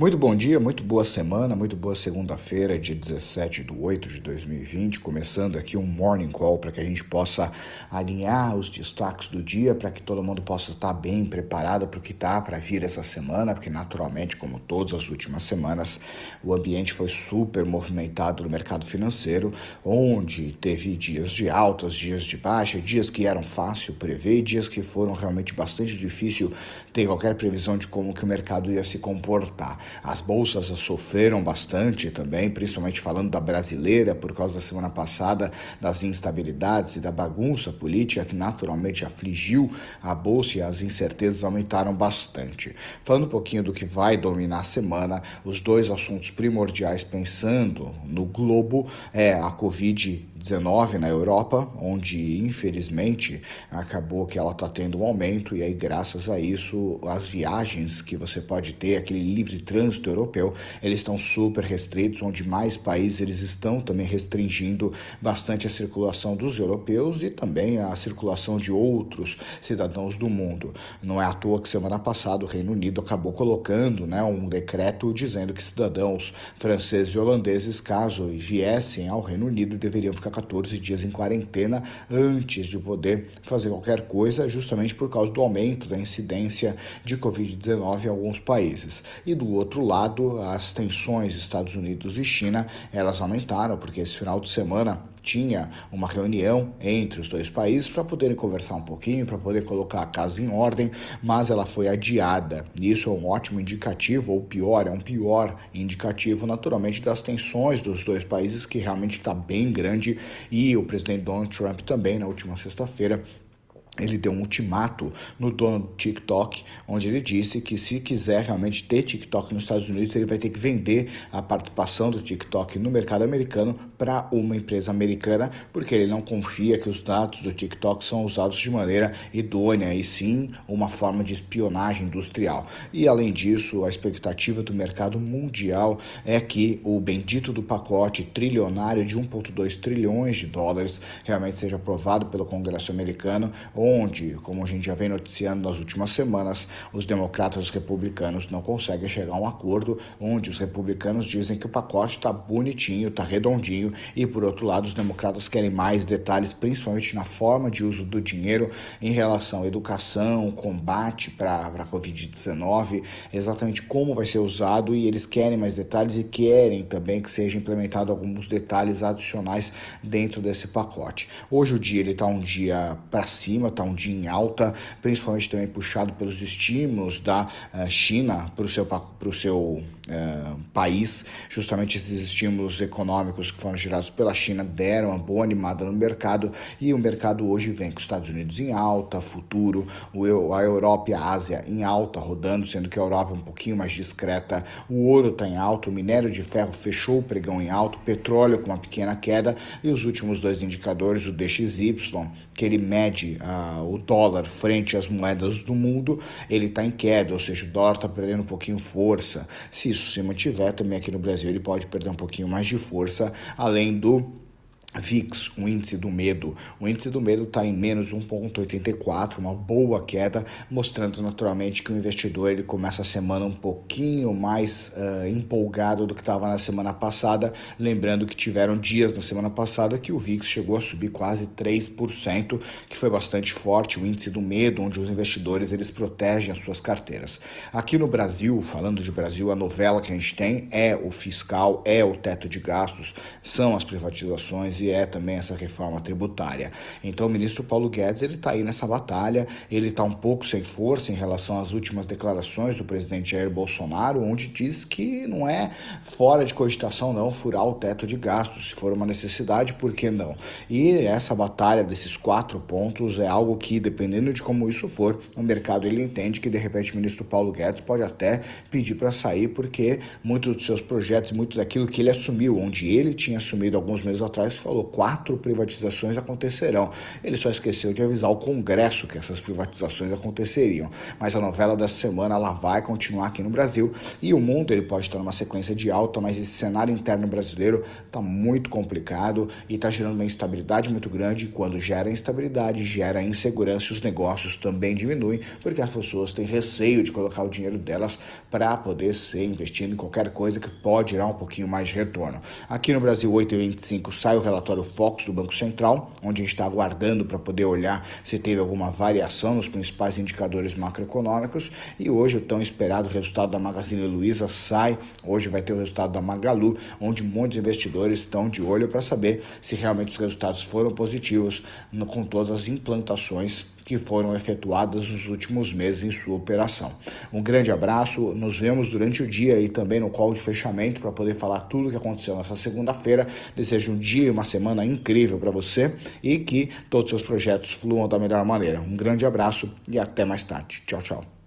Muito bom dia, muito boa semana, muito boa segunda-feira, dia 17/8 de 2020, começando aqui um Morning Call para que a gente possa alinhar os destaques do dia, para que todo mundo possa estar bem preparado para o que está para vir essa semana, porque naturalmente, como todas as últimas semanas, o ambiente foi super movimentado no mercado financeiro, onde teve dias de altas, dias de baixa, dias que eram fácil prever, dias que foram realmente bastante difícil ter qualquer previsão de como que o mercado ia se comportar. As bolsas sofreram bastante também, principalmente falando da brasileira, por causa da semana passada, das instabilidades e da bagunça política que naturalmente afligiu a bolsa e as incertezas aumentaram bastante. Falando um pouquinho do que vai dominar a semana, os dois assuntos primordiais pensando no globo é a Covid-19 na Europa, onde infelizmente acabou que ela está tendo um aumento e aí graças a isso as viagens que você pode ter, aquele livre trânsito europeu, eles estão super restritos, onde mais países eles estão também restringindo bastante a circulação dos europeus e também a circulação de outros cidadãos do mundo. Não é à toa que semana passada o Reino Unido acabou colocando, um decreto dizendo que cidadãos franceses e holandeses, caso viessem ao Reino Unido, deveriam ficar 14 dias em quarentena antes de poder fazer qualquer coisa, justamente por causa do aumento da incidência de Covid-19 em alguns países. E do outro lado, as tensões Estados Unidos e China, elas aumentaram, porque esse final de semana tinha uma reunião entre os dois países para poderem conversar um pouquinho, para poder colocar a casa em ordem, mas ela foi adiada. E isso é um ótimo indicativo, ou pior, é um pior indicativo, naturalmente, das tensões dos dois países, que realmente está bem grande, e o presidente Donald Trump também, na última sexta-feira, ele deu um ultimato no dono do TikTok, onde ele disse que se quiser realmente ter TikTok nos Estados Unidos, ele vai ter que vender a participação do TikTok no mercado americano para uma empresa americana, porque ele não confia que os dados do TikTok são usados de maneira idônea, e sim uma forma de espionagem industrial. E além disso, a expectativa do mercado mundial é que o bendito do pacote trilionário de 1,2 trilhões de dólares realmente seja aprovado pelo Congresso americano, onde, como a gente já vem noticiando nas últimas semanas, os democratas e os republicanos não conseguem chegar a um acordo, onde os republicanos dizem que o pacote está bonitinho, está redondinho, e por outro lado os democratas querem mais detalhes, principalmente na forma de uso do dinheiro em relação à educação, combate para a Covid-19, exatamente como vai ser usado, e eles querem mais detalhes e querem também que seja implementado alguns detalhes adicionais dentro desse pacote. Hoje o dia ele está um dia para cima, está um dia em alta, principalmente também puxado pelos estímulos da China para o seu país. Justamente esses estímulos econômicos que foram gerados pela China deram uma boa animada no mercado, e o mercado hoje vem com os Estados Unidos em alta, futuro, a Europa e a Ásia em alta, rodando, sendo que a Europa é um pouquinho mais discreta, o ouro está em alta, o minério de ferro fechou o pregão em alta, o petróleo com uma pequena queda, e os últimos dois indicadores, o DXY, que ele mede o dólar frente às moedas do mundo, ele está em queda, ou seja, o dólar está perdendo um pouquinho força. Se isso se mantiver, também aqui no Brasil ele pode perder um pouquinho mais de força, além do VIX, o índice do medo. O índice do medo está em menos 1,84, uma boa queda, mostrando naturalmente que o investidor ele começa a semana um pouquinho mais empolgado do que estava na semana passada, lembrando que tiveram dias na semana passada que o VIX chegou a subir quase 3%, que foi bastante forte, o índice do medo, onde os investidores eles protegem as suas carteiras. Aqui no Brasil, falando de Brasil, a novela que a gente tem é o fiscal, é o teto de gastos, são as privatizações, e é também essa reforma tributária. Então o ministro Paulo Guedes ele está aí nessa batalha, ele está um pouco sem força em relação às últimas declarações do presidente Jair Bolsonaro, onde diz que não é fora de cogitação não furar o teto de gastos, se for uma necessidade, por que não? E essa batalha desses 4 pontos é algo que, dependendo de como isso for, o mercado ele entende que de repente o ministro Paulo Guedes pode até pedir para sair, porque muitos dos seus projetos, muito daquilo que ele assumiu, onde ele tinha assumido alguns meses atrás, falou 4 privatizações acontecerão. Ele só esqueceu de avisar o Congresso que essas privatizações aconteceriam. Mas a novela dessa semana ela vai continuar aqui no Brasil e o mundo ele pode estar numa sequência de alta, mas esse cenário interno brasileiro está muito complicado e está gerando uma instabilidade muito grande. E quando gera instabilidade, gera insegurança e os negócios também diminuem, porque as pessoas têm receio de colocar o dinheiro delas para poder ser investido em qualquer coisa que pode gerar um pouquinho mais de retorno. Aqui no Brasil, 8h25, sai o relatório Focus do Banco Central, onde a gente está aguardando para poder olhar se teve alguma variação nos principais indicadores macroeconômicos. E hoje o tão esperado resultado da Magazine Luiza sai. Hoje vai ter o resultado da Magalu, onde muitos investidores estão de olho para saber se realmente os resultados foram positivos com todas as implantações que foram efetuadas nos últimos meses em sua operação. Um grande abraço, nos vemos durante o dia e também no call de fechamento para poder falar tudo o que aconteceu nessa segunda-feira. Desejo um dia e uma semana incrível para você e que todos os seus projetos fluam da melhor maneira. Um grande abraço e até mais tarde. Tchau, tchau.